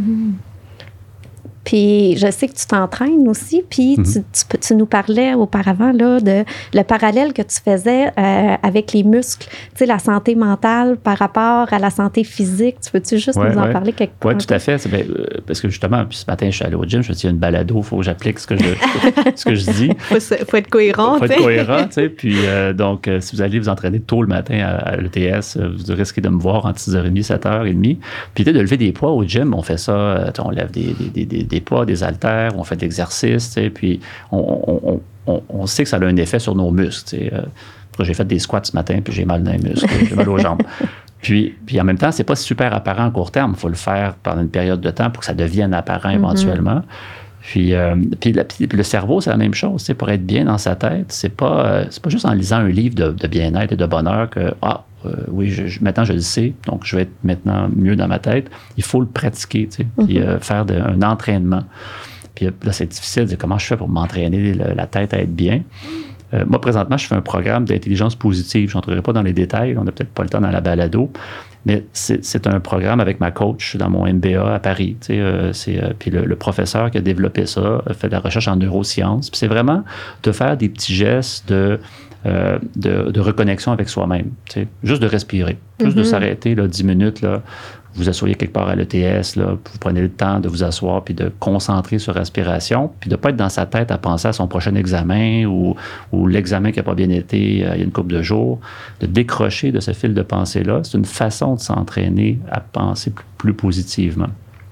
Puis je sais que tu t'entraînes aussi, puis tu nous parlais auparavant là, de le parallèle que tu faisais avec les muscles, tu sais, la santé mentale par rapport à la santé physique. Tu peux-tu juste nous en parler quelque part? Oui, tout à fait. Parce que justement, puis ce matin, je suis allé au gym, je me suis dit, il y a une balado, il faut que j'applique ce que je dis. Faut être cohérent. Faut être cohérent, tu sais. Puis donc, si vous allez vous entraîner tôt le matin à l'ETS, vous risquez de me voir entre 6h30, 7h30. Puis de lever des poids au gym, on fait ça, on lève des poids, des haltères, on fait de l'exercice, puis on sait que ça a un effet sur nos muscles. J'ai fait des squats ce matin, puis j'ai mal dans les muscles, j'ai mal aux jambes. Puis en même temps, c'est pas super apparent à court terme. Il faut le faire pendant une période de temps pour que ça devienne apparent éventuellement. Puis le cerveau, c'est la même chose. Pour être bien dans sa tête, c'est pas juste en lisant un livre de bien-être et de bonheur que oui, maintenant je le sais, donc je vais être maintenant mieux dans ma tête. Il faut le pratiquer, puis faire un entraînement. Puis là, c'est difficile de dire comment je fais pour m'entraîner la tête à être bien. Moi, présentement, je fais un programme d'intelligence positive. Je n'entrerai pas dans les détails, on n'a peut-être pas le temps dans la balado, mais c'est un programme avec ma coach dans mon MBA à Paris. Puis le professeur qui a développé ça a fait de la recherche en neurosciences. Puis c'est vraiment de faire des petits gestes de reconnexion avec soi-même. Juste de respirer, juste de s'arrêter 10 minutes. Là, vous asseyez quelque part à l'ETS, là, vous prenez le temps de vous asseoir puis de concentrer sur la respiration, puis de ne pas être dans sa tête à penser à son prochain examen ou l'examen qui n'a pas bien été il y a une couple de jours, de décrocher de ce fil de pensée-là. C'est une façon de s'entraîner à penser plus positivement.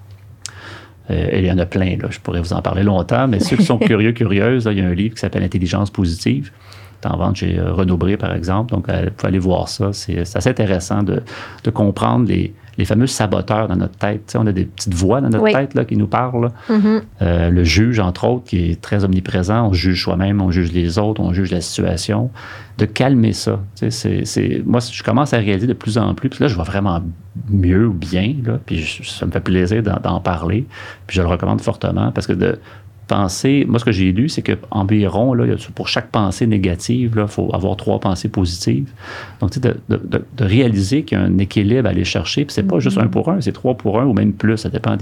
Et il y en a plein, là, je pourrais vous en parler longtemps, mais ceux qui sont curieuses, là, il y a un livre qui s'appelle « Intelligence positive ». En vente chez Renaud Bré, par exemple. Donc, vous pouvez aller voir ça. C'est assez intéressant de comprendre les fameux saboteurs dans notre tête. On a des petites voix dans notre tête là, qui nous parlent. Le juge, entre autres, qui est très omniprésent. On juge soi-même, on juge les autres, on juge la situation. De calmer ça. Moi, je commence à réaliser de plus en plus. Puis là, je vois vraiment mieux ou bien. Là, puis ça me fait plaisir d'en parler. Puis je le recommande fortement parce que penser, moi, ce que j'ai lu, c'est qu'environ, pour chaque pensée négative, il faut avoir 3 pensées positives. Donc, de réaliser qu'il y a un équilibre à aller chercher, puis c'est pas juste 1 pour 1, c'est 3 pour 1 ou même plus, ça dépend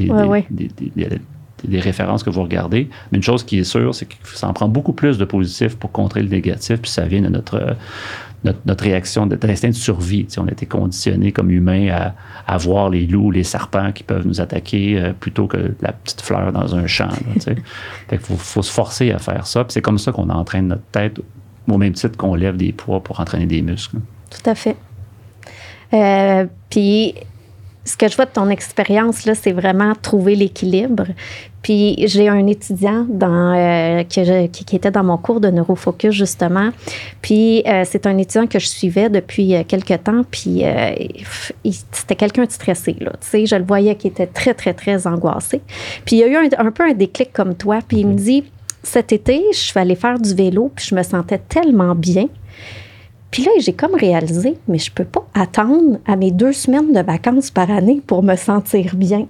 des références que vous regardez. Mais une chose qui est sûre, c'est que ça en prend beaucoup plus de positif pour contrer le négatif, puis ça vient de notre réaction, notre instinct de survie. On a été conditionnés comme humains à voir les loups, les serpents qui peuvent nous attaquer plutôt que la petite fleur dans un champ. Fait qu'il faut se forcer à faire ça. Puis c'est comme ça qu'on entraîne notre tête au même titre qu'on lève des poids pour entraîner des muscles. Tout à fait. Puis ce que je vois de ton expérience, là, c'est vraiment trouver l'équilibre. Puis j'ai un étudiant qui était dans mon cours de neurofocus, justement. Puis c'est un étudiant que je suivais depuis quelque temps. Puis c'était quelqu'un de stressé, là. Tu sais, je le voyais qui était très, très, très angoissé. Puis il y a eu un peu un déclic comme toi. Puis il me dit, cet été, je suis allée faire du vélo, puis je me sentais tellement bien. Puis là, j'ai comme réalisé, mais je peux pas attendre à mes 2 semaines de vacances par année pour me sentir bien.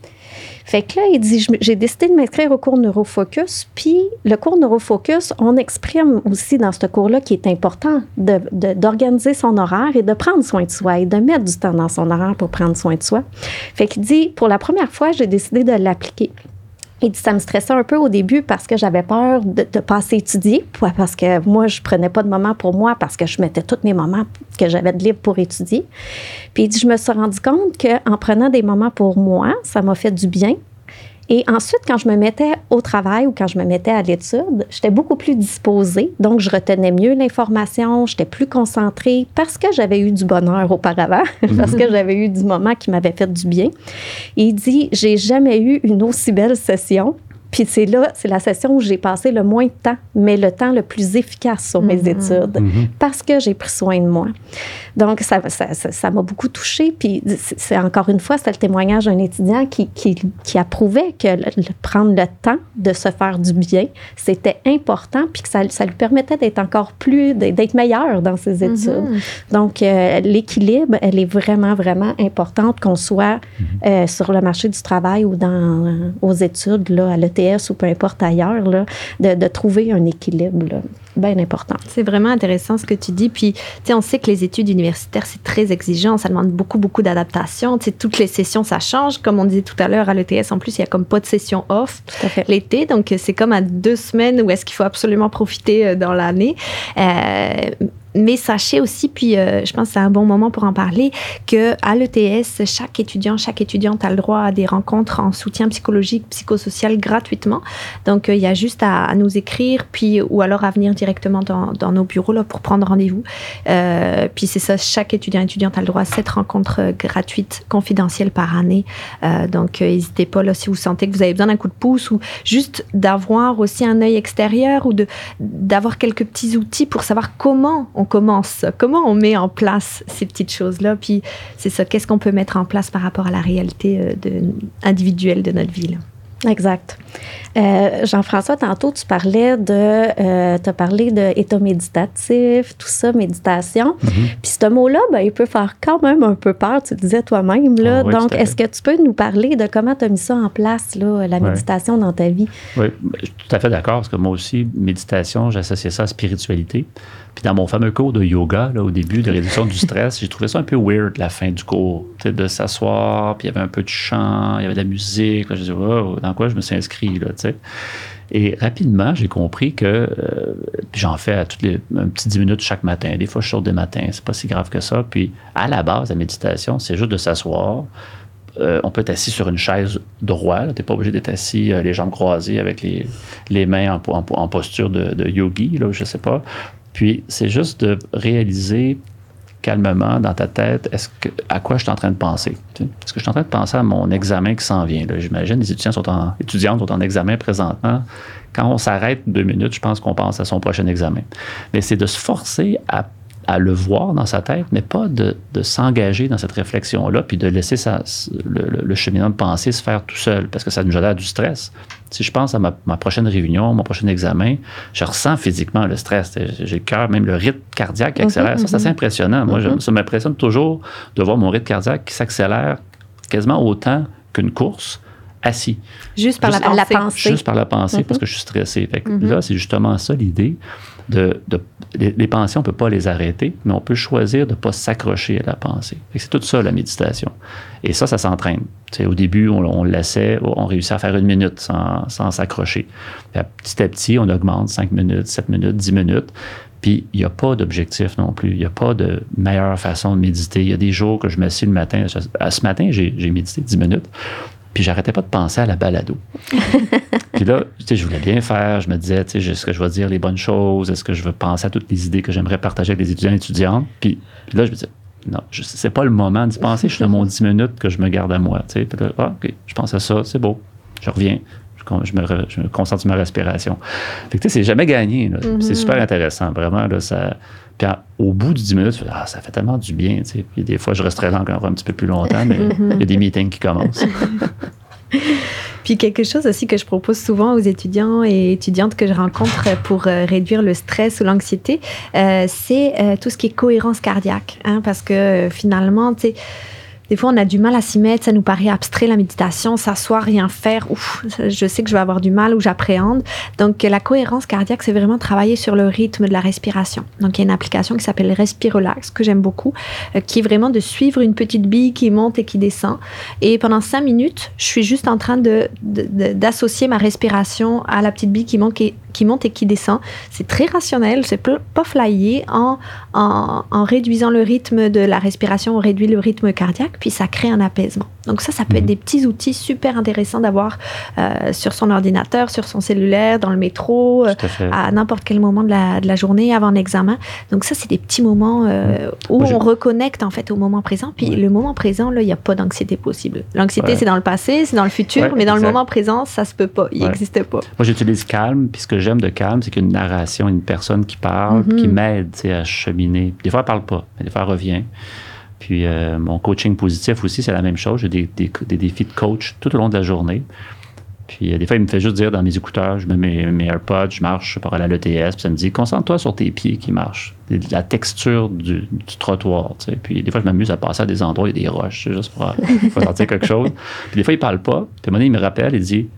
Fait que là, il dit, j'ai décidé de m'inscrire au cours Neurofocus. Puis le cours Neurofocus, on exprime aussi dans ce cours-là qu'il est important d'organiser son horaire et de prendre soin de soi et de mettre du temps dans son horaire pour prendre soin de soi. Fait qu'il dit, pour la première fois, j'ai décidé de l'appliquer. Il dit, ça me stressait un peu au début parce que j'avais peur de passer étudier, parce que moi, je prenais pas de moment pour moi parce que je mettais tous mes moments que j'avais de libre pour étudier. Puis il dit, je me suis rendu compte qu'en prenant des moments pour moi, ça m'a fait du bien. Et ensuite, quand je me mettais au travail ou quand je me mettais à l'étude, j'étais beaucoup plus disposée. Donc, je retenais mieux l'information, j'étais plus concentrée parce que j'avais eu du bonheur auparavant, parce que j'avais eu du moment qui m'avait fait du bien. Et il dit, j'ai jamais eu une aussi belle session. Puis c'est la session où j'ai passé le moins de temps, mais le temps le plus efficace sur mes études, parce que j'ai pris soin de moi. Donc, ça m'a beaucoup touchée. Puis c'est encore une fois, c'est le témoignage d'un étudiant qui approuvait que prendre le temps de se faire du bien, c'était important, puis que ça lui permettait d'être meilleur dans ses études. Donc, l'équilibre, elle est vraiment, vraiment importante, qu'on soit sur le marché du travail ou aux études, là, à l'ETS ou peu importe ailleurs, là, de trouver un équilibre, là, bien important. C'est vraiment intéressant ce que tu dis. Puis, tu sais, on sait que les études universitaires, c'est très exigeant. Ça demande beaucoup, beaucoup d'adaptation. Tu sais, toutes les sessions, ça change. Comme on disait tout à l'heure, à l'ETS, en plus, il n'y a comme pas de session off l'été. Donc, c'est comme à 2 semaines où est-ce qu'il faut absolument profiter dans l'année. Mais sachez aussi, puis je pense que c'est un bon moment pour en parler, qu'à l'ETS, chaque étudiant, chaque étudiante a le droit à des rencontres en soutien psychologique, psychosocial gratuitement. Donc, il y a juste à nous écrire, puis, ou alors à venir directement dans nos bureaux là, pour prendre rendez-vous. Puis c'est ça, chaque étudiant, étudiante a le droit à 7 rencontres gratuites, confidentielles par année. Donc, n'hésitez pas là, si vous sentez que vous avez besoin d'un coup de pouce ou juste d'avoir aussi un œil extérieur ou d'avoir quelques petits outils pour savoir comment on met en place ces petites choses-là. Puis c'est ça, qu'est-ce qu'on peut mettre en place par rapport à la réalité individuelle de notre vie, là. Exact. Jean-François, tantôt, tu as parlé d'état méditatif, tout ça, méditation. Puis ce mot-là, ben, il peut faire quand même un peu peur, tu le disais toi-même, là. Oui, donc, est-ce que tu peux nous parler de comment tu as mis ça en place, là, la méditation dans ta vie? Oui, je suis tout à fait d'accord, parce que moi aussi, méditation, j'associais ça à spiritualité. Puis dans mon fameux cours de yoga, là, au début, de réduction du stress, j'ai trouvé ça un peu weird, la fin du cours. Tu sais, de s'asseoir, puis il y avait un peu de chant, il y avait de la musique. Là, je disais, wow, dans quoi je me suis inscrit, là, tu sais. Et rapidement, j'ai compris que, puis j'en fais un petit 10 minutes chaque matin. Des fois, je saute des matins, c'est pas si grave que ça. Puis à la base, la méditation, c'est juste de s'asseoir. On peut être assis sur une chaise droite. Tu n'es pas obligé d'être assis les jambes croisées avec les mains en posture de yogi, là, je sais pas. Puis, c'est juste de réaliser calmement dans ta tête, à quoi je suis en train de penser? Est-ce que je suis en train de penser à mon examen qui s'en vient? Là, j'imagine les étudiantes sont en examen présentement. Quand on s'arrête 2 minutes, je pense qu'on pense à son prochain examen. Mais c'est de se forcer à le voir dans sa tête, mais pas de s'engager dans cette réflexion-là, puis de laisser le cheminement de pensée se faire tout seul, parce que ça nous génère du stress. Si je pense à ma prochaine réunion, mon prochain examen, je ressens physiquement le stress. J'ai le cœur, même le rythme cardiaque qui accélère. Ça, c'est assez impressionnant. Moi, ça m'impressionne toujours de voir mon rythme cardiaque qui s'accélère quasiment autant qu'une course assis. Juste par la pensée. Juste par la pensée, parce que je suis stressé. Fait que là, c'est justement ça l'idée. Les pensées, on ne peut pas les arrêter, mais on peut choisir de ne pas s'accrocher à la pensée. C'est tout ça, la méditation. Et ça s'entraîne. T'sais, au début, on le laissait, on réussit à faire 1 minute sans s'accrocher. Petit à petit, on augmente 5 minutes, 7 minutes, 10 minutes. Puis, il n'y a pas d'objectif non plus. Il n'y a pas de meilleure façon de méditer. Il y a des jours que je m'assieds le matin. Ce matin, j'ai médité 10 minutes. Puis, j'arrêtais pas de penser à la balado. Puis là, je voulais bien faire. Je me disais, est-ce que je vais dire les bonnes choses? Est-ce que je veux penser à toutes les idées que j'aimerais partager avec les étudiants et étudiantes? Puis là, je me disais, non, c'est pas le moment d'y penser. Je suis dans mon 10 minutes que je me garde à moi. Tu sais. Puis là, OK, je pense à ça, c'est beau. Je reviens. Je me concentre sur ma respiration. Fait que, tu sais, c'est jamais gagné. Là. C'est super intéressant, vraiment. Là, ça... Puis au bout de 10 minutes, ça fait tellement du bien. Tu sais. Puis des fois, je resterai là encore un petit peu plus longtemps, mais il y a des meetings qui commencent. Puis quelque chose aussi que je propose souvent aux étudiants et étudiantes que je rencontre pour réduire le stress ou l'anxiété, c'est tout ce qui est cohérence cardiaque. Hein, parce que finalement, tu sais, des fois, on a du mal à s'y mettre, ça nous paraît abstrait, la méditation, s'asseoir, rien faire, ouf, je sais que je vais avoir du mal ou j'appréhende. Donc, la cohérence cardiaque, c'est vraiment travailler sur le rythme de la respiration. Donc, il y a une application qui s'appelle Respirelax, que j'aime beaucoup, qui est vraiment de suivre une petite bille qui monte et qui descend. Et pendant 5 minutes, je suis juste en train d'associer ma respiration à la petite bille qui monte et qui descend. C'est très rationnel, c'est pas flyé. En réduisant le rythme de la respiration, on réduit le rythme cardiaque, puis ça crée un apaisement. Donc ça peut être des petits outils super intéressants d'avoir sur son ordinateur, sur son cellulaire, dans le métro, à n'importe quel moment de la journée, avant l'examen. Donc ça, c'est des petits moments où on reconnecte en fait au moment présent. Puis le moment présent, là, il n'y a pas d'anxiété possible. L'anxiété, c'est dans le passé, c'est dans le futur, mais dans le moment présent, ça se peut pas. Il n'existe pas. Moi, j'utilise Calm, puis ce que j'aime de Calm, c'est qu'il y a une narration, une personne qui parle, qui m'aide à cheminer. Des fois, elle ne parle pas, mais des fois, elle revient. Puis mon coaching positif aussi, c'est la même chose. J'ai des défis de coach tout au long de la journée. Puis des fois, il me fait juste dire dans mes écouteurs, je mets mes AirPods, je marche par à l'ETS, puis ça me dit, concentre-toi sur tes pieds qui marchent, la texture du trottoir. Tu sais. Puis des fois, je m'amuse à passer à des endroits où il y a des roches, juste pour sentir quelque chose. Puis des fois, il ne parle pas. Puis à un moment donné, il me rappelle, il dit,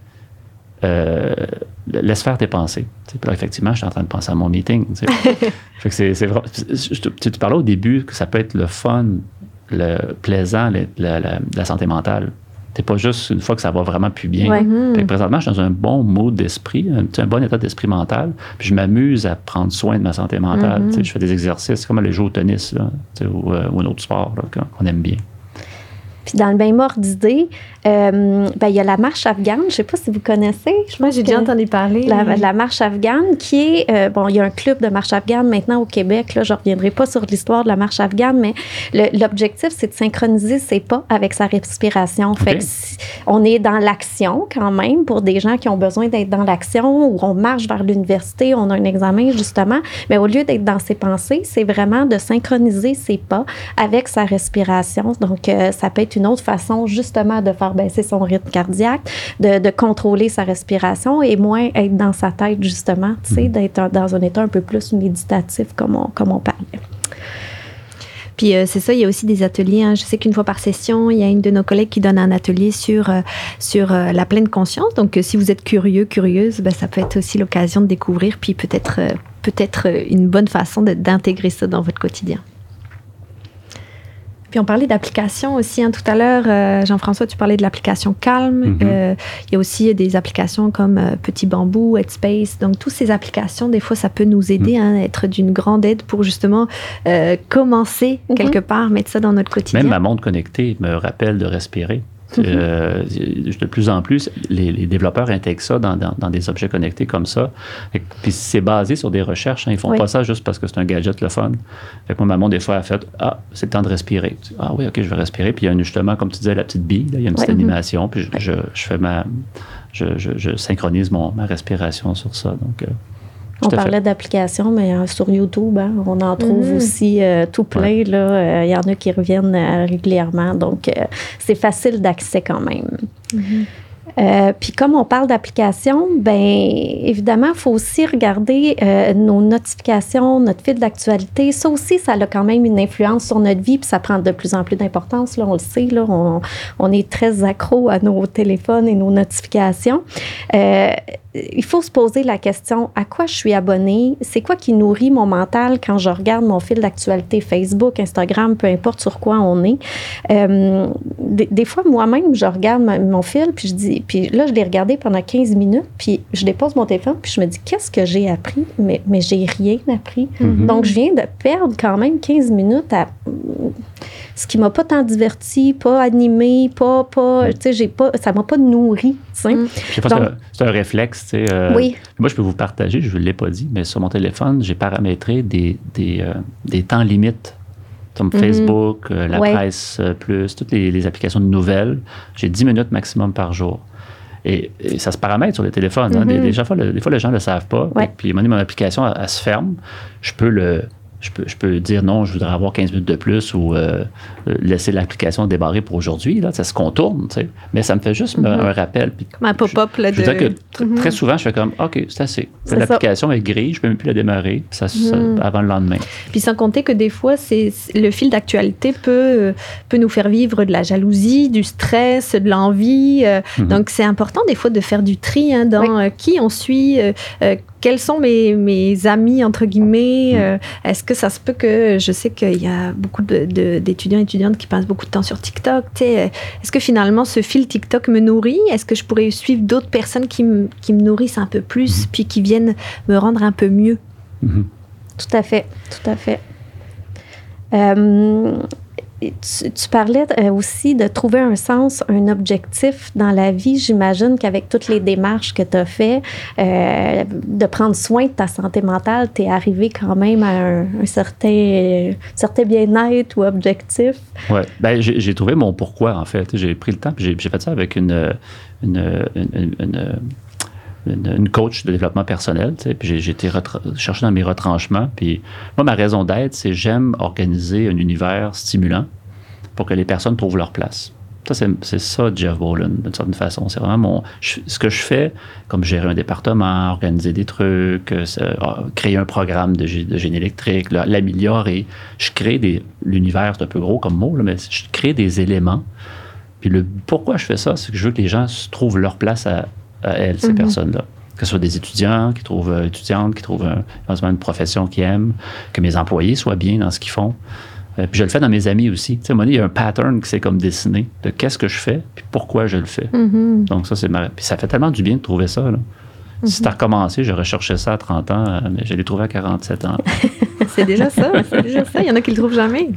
laisse faire tes pensées. Puis là, effectivement, je suis en train de penser à mon meeting. Fait que c'est vrai. Tu parlais au début que ça peut être le fun, le plaisant, la santé mentale. C'est pas juste une fois que ça va vraiment plus bien. Fait que présentement, je suis dans un bon mood d'esprit, un bon état d'esprit mental, puis je m'amuse à prendre soin de ma santé mentale. Je fais des exercices comme aller jouer au tennis là, ou un autre sport là, qu'on aime bien. Puis dans le même ordre d'idée, il y a la marche afghane. Je ne sais pas si vous connaissez. Moi, j'ai déjà entendu parler. La marche afghane qui est... il y a un club de marche afghane maintenant au Québec. Là, je ne reviendrai pas sur l'histoire de la marche afghane, mais l'objectif, c'est de synchroniser ses pas avec sa respiration. Okay. Fait que on est dans l'action quand même pour des gens qui ont besoin d'être dans l'action ou on marche vers l'université, on a un examen justement. Mais au lieu d'être dans ses pensées, c'est vraiment de synchroniser ses pas avec sa respiration. Donc, ça peut être une autre façon justement de faire baisser son rythme cardiaque, de contrôler sa respiration et moins être dans sa tête justement, tu sais, d'être dans un état un peu plus méditatif comme on parlait. Puis c'est ça, il y a aussi des ateliers. Hein. Je sais qu'une fois par session, il y a une de nos collègues qui donne un atelier sur la pleine conscience. Donc, si vous êtes curieuse, ça peut être aussi l'occasion de découvrir, puis peut-être une bonne façon d'intégrer ça dans votre quotidien. Puis on parlait d'applications aussi tout à l'heure. Jean-François, tu parlais de l'application Calm. Il y a aussi des applications comme Petit Bambou, Headspace. Donc, toutes ces applications, des fois, ça peut nous aider à être d'une grande aide pour justement commencer quelque part, mettre ça dans notre quotidien. Même ma montre connectée me rappelle de respirer. De plus en plus, les développeurs intègrent ça dans des objets connectés comme ça. Puis c'est basé sur des recherches. Ils ne font pas ça juste parce que c'est un gadget le fun. Fait que moi, ma montre, des fois, a fait « Ah, c'est le temps de respirer. » Ah oui, OK, je vais respirer. Puis il y a justement, comme tu disais, la petite bille. Là, il y a une petite animation. Puis je synchronise ma respiration sur ça. Donc, on parlait d'applications, mais sur YouTube, on en trouve aussi tout plein. Là, il y en a qui reviennent régulièrement. Donc, c'est facile d'accès quand même. Puis comme on parle d'applications, évidemment, il faut aussi regarder nos notifications, notre fil d'actualité. Ça aussi, ça a quand même une influence sur notre vie, puis ça prend de plus en plus d'importance. Là, on le sait, là, on est très accro à nos téléphones et nos notifications. Il faut se poser la question, à quoi je suis abonnée? C'est quoi qui nourrit mon mental quand je regarde mon fil d'actualité Facebook, Instagram, peu importe sur quoi on est? Des fois, moi-même, je regarde mon fil, puis je dis, puis là, je l'ai regardé pendant 15 minutes, puis je dépose mon téléphone, puis je me dis, qu'est-ce que j'ai appris? Mais j'ai rien appris. Donc, je viens de perdre quand même 15 minutes à ce qui m'a pas tant diverti, pas animé, tu sais, ça m'a pas nourri, tu sais. Je pense que c'est un réflexe, tu sais. Oui. Moi, je peux vous partager, je ne l'ai pas dit, mais sur mon téléphone, j'ai paramétré des temps limites. comme Facebook, la presse plus, toutes les applications de nouvelles. J'ai 10 minutes maximum par jour. Et ça se paramètre sur le téléphone. Hein. Des fois, les gens ne le savent pas. Ouais. Puis, à un moment donné, mon application, elle se ferme. Je peux dire non, je voudrais avoir 15 minutes de plus ou laisser l'application débarrer pour aujourd'hui. Là, ça se contourne, tu sais. Mais ça me fait juste un rappel. Puis comme un pop-up. Je veux dire que très souvent, je fais comme OK, c'est assez. L'application est grise, je ne peux même plus la démarrer avant le lendemain. Puis sans compter que des fois, le fil d'actualité peut nous faire vivre de la jalousie, du stress, de l'envie. Donc, c'est important des fois de faire du tri dans qui on suit, quels sont mes amis, entre guillemets. Est-ce que ça se peut que je sais qu'il y a beaucoup d'étudiants et étudiantes qui passent beaucoup de temps sur TikTok. Est-ce que finalement, ce fil TikTok me nourrit? Est-ce que je pourrais suivre d'autres personnes qui me nourrissent un peu plus, puis qui viennent me rendre un peu mieux? Tout à fait, tout à fait. Tu parlais aussi de trouver un sens, un objectif dans la vie. J'imagine qu'avec toutes les démarches que tu as faites, de prendre soin de ta santé mentale, tu es arrivé quand même à un certain bien-être ou objectif. Oui, ben, j'ai trouvé mon pourquoi, en fait. J'ai pris le temps, puis j'ai fait ça avec une coach de développement personnel, tu sais, puis j'ai été chercher dans mes retranchements. Puis moi, ma raison d'être, c'est j'aime organiser un univers stimulant pour que les personnes trouvent leur place. Ça, c'est ça, Jeff Boland, d'une certaine façon. C'est vraiment ce que je fais, comme gérer un département, organiser des trucs, créer un programme de génie électrique, l'améliorer. Je crée l'univers, c'est un peu gros comme mot, là, mais je crée des éléments. Puis pourquoi je fais ça, c'est que je veux que les gens trouvent leur place à elles, ces personnes-là. Que ce soit des étudiants qui trouvent une profession qu'ils aiment, que mes employés soient bien dans ce qu'ils font. Puis je le fais dans mes amis aussi. Tu sais, à un moment donné, il y a un pattern qui s'est comme dessiné de qu'est-ce que je fais puis pourquoi je le fais. Donc ça, puis ça fait tellement du bien de trouver ça, là. Si c'était recommencé, j'aurais cherché ça à 30 ans, mais je l'ai trouvé à 47 ans. C'est déjà ça. Il y en a qui le trouvent jamais.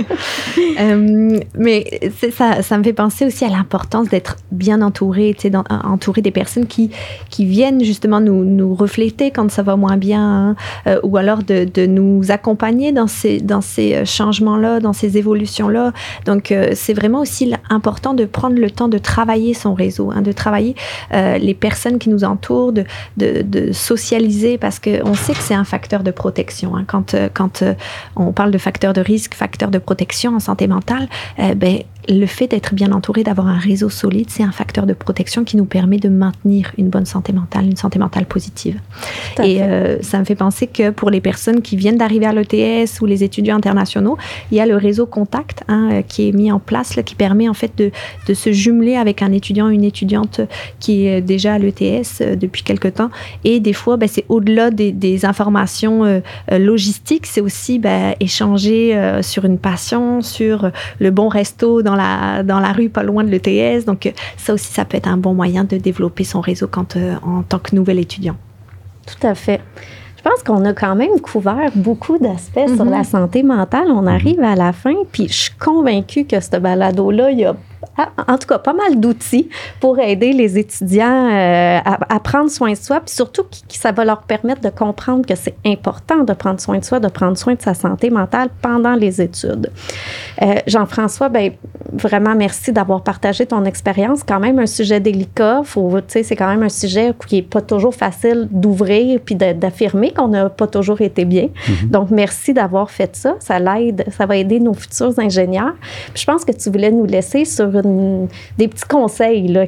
Ouais. Mais ça me fait penser aussi à l'importance d'être bien entouré, tu sais, entouré des personnes qui viennent justement nous refléter quand ça va moins bien, ou alors de nous accompagner dans ces changements-là, dans ces évolutions-là. Donc, c'est vraiment aussi important de prendre le temps de travailler son réseau, de travailler les personnes qui nous entourent, de socialiser, parce qu'on sait que c'est un facteur de protection. Quand on parle de facteur de risque, facteur de protection en santé mentale, le fait d'être bien entouré, d'avoir un réseau solide, c'est un facteur de protection qui nous permet de maintenir une bonne santé mentale, une santé mentale positive. Et ça me fait penser que pour les personnes qui viennent d'arriver à l'ETS ou les étudiants internationaux, il y a le réseau Contact qui est mis en place, là, qui permet en fait de se jumeler avec un étudiant ou une étudiante qui est déjà à l'ETS depuis quelque temps. Et des fois, c'est au-delà des informations logistiques, c'est aussi échanger sur une passion, sur le bon resto dans la rue pas loin de l'ETS. Donc ça aussi, ça peut être un bon moyen de développer son réseau en tant que nouvel étudiant. Tout à fait. Je pense qu'on a quand même couvert beaucoup d'aspects sur la santé mentale. On arrive à la fin, puis je suis convaincue que ce balado-là, il y a en tout cas pas mal d'outils pour aider les étudiants à prendre soin de soi, puis surtout que ça va leur permettre de comprendre que c'est important de prendre soin de soi, de prendre soin de sa santé mentale pendant les études. Jean-François, vraiment merci d'avoir partagé ton expérience. Quand même un sujet délicat, c'est quand même un sujet qui n'est pas toujours facile d'ouvrir puis d'affirmer qu'on n'a pas toujours été bien. Donc, merci d'avoir fait ça. Ça va aider nos futurs ingénieurs. Puis, je pense que tu voulais nous laisser sur des petits conseils là,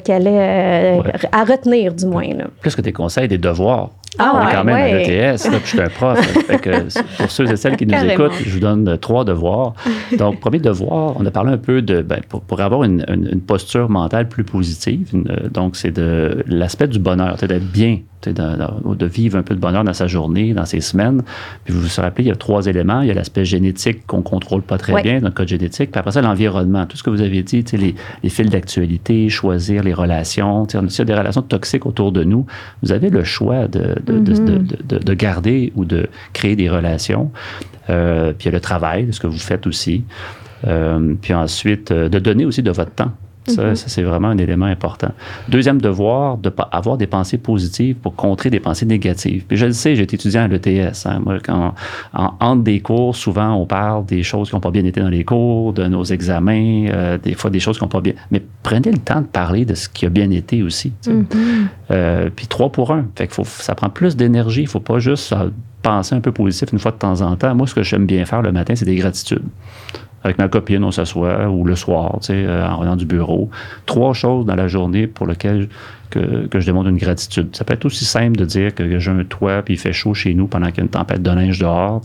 à retenir, du moins. Là. Plus que des conseils, des devoirs. On est quand même à l'ETS, puis je suis un prof. Fait que pour ceux et celles qui nous écoutent, je vous donne 3 devoirs. Donc, premier devoir, on a parlé un peu de, pour avoir une posture mentale plus positive, donc c'est de l'aspect du bonheur, d'être bien, de vivre un peu de bonheur dans sa journée, dans ses semaines. Puis vous vous rappelez, il y a 3 éléments. Il y a l'aspect génétique qu'on ne contrôle pas très bien, dans le code génétique. Puis après ça, l'environnement, tout ce que vous avez dit, les fils d'actualité, choisir les relations. S'il y a des relations toxiques autour de nous, vous avez le choix de garder ou de créer des relations. Puis il y a le travail, ce que vous faites aussi. Puis ensuite, de donner aussi de votre temps. Ça, c'est vraiment un élément important. Deuxième devoir, avoir des pensées positives pour contrer des pensées négatives. Puis je le sais, j'ai été étudiant à l'ETS. Hein. Moi, entre des cours, souvent, on parle des choses qui n'ont pas bien été dans les cours, de nos examens, des fois des choses qui n'ont pas bien... Mais prenez le temps de parler de ce qui a bien été aussi. Puis 3 pour 1. Fait que ça prend plus d'énergie. Il ne faut pas juste penser un peu positif une fois de temps en temps. Moi, ce que j'aime bien faire le matin, c'est des gratitudes. Avec ma copine, on s'assoit, ou le soir, en revenant du bureau. 3 choses dans la journée pour lesquelles que je demande une gratitude. Ça peut être aussi simple de dire que j'ai un toit puis il fait chaud chez nous pendant qu'il y a une tempête de neige dehors.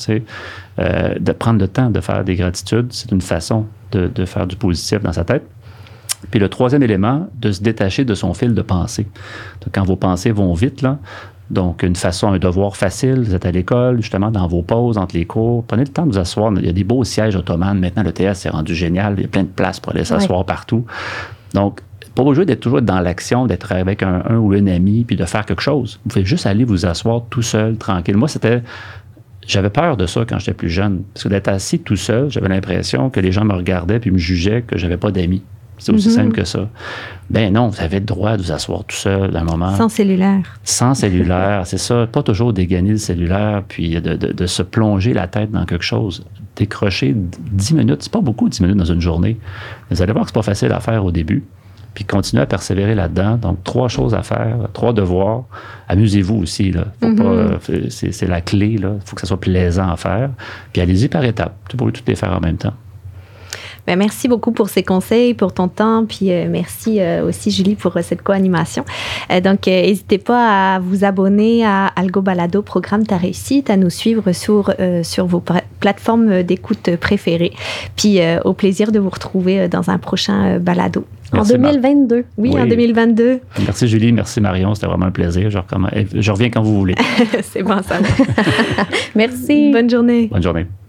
De prendre le temps de faire des gratitudes, c'est une façon de faire du positif dans sa tête. Puis le 3e élément, de se détacher de son fil de pensée. Donc, quand vos pensées vont vite, là, donc un devoir facile, vous êtes à l'école, justement, dans vos pauses, entre les cours, prenez le temps de vous asseoir. Il y a des beaux sièges ottomanes. Maintenant, le TS s'est rendu génial. Il y a plein de places pour aller s'asseoir partout. Donc, pas obligé d'être toujours dans l'action, d'être avec un ou une amie, puis de faire quelque chose. Vous pouvez juste aller vous asseoir tout seul, tranquille. Moi, j'avais peur de ça quand j'étais plus jeune. Parce que d'être assis tout seul, j'avais l'impression que les gens me regardaient puis me jugeaient que j'avais pas d'amis. C'est aussi simple que ça. Ben non, vous avez le droit de vous asseoir tout seul un moment. Sans cellulaire. Sans cellulaire, c'est ça. Pas toujours dégainer le cellulaire, puis de se plonger la tête dans quelque chose. Décrocher 10 minutes, c'est pas beaucoup 10 minutes dans une journée. Vous allez voir que c'est pas facile à faire au début. Puis continuez à persévérer là-dedans. Donc, 3 choses à faire, 3 devoirs. Amusez-vous aussi, là. Faut pas, c'est la clé, là. Il faut que ça soit plaisant à faire. Puis allez-y par étapes. Tu peux pas toutes les faire en même temps. Ben, merci beaucoup pour ces conseils, pour ton temps, puis merci aussi Julie pour cette co-animation. Donc, n'hésitez pas à vous abonner à Algo Balado, Programme ta réussite, à nous suivre sur vos plateformes d'écoute préférées. Puis, au plaisir de vous retrouver dans un prochain balado. Merci, en 2022. Oui, en 2022. Merci Julie, merci Marion, c'était vraiment un plaisir. Je reviens quand vous voulez. C'est bon ça. Merci. Bonne journée. Bonne journée.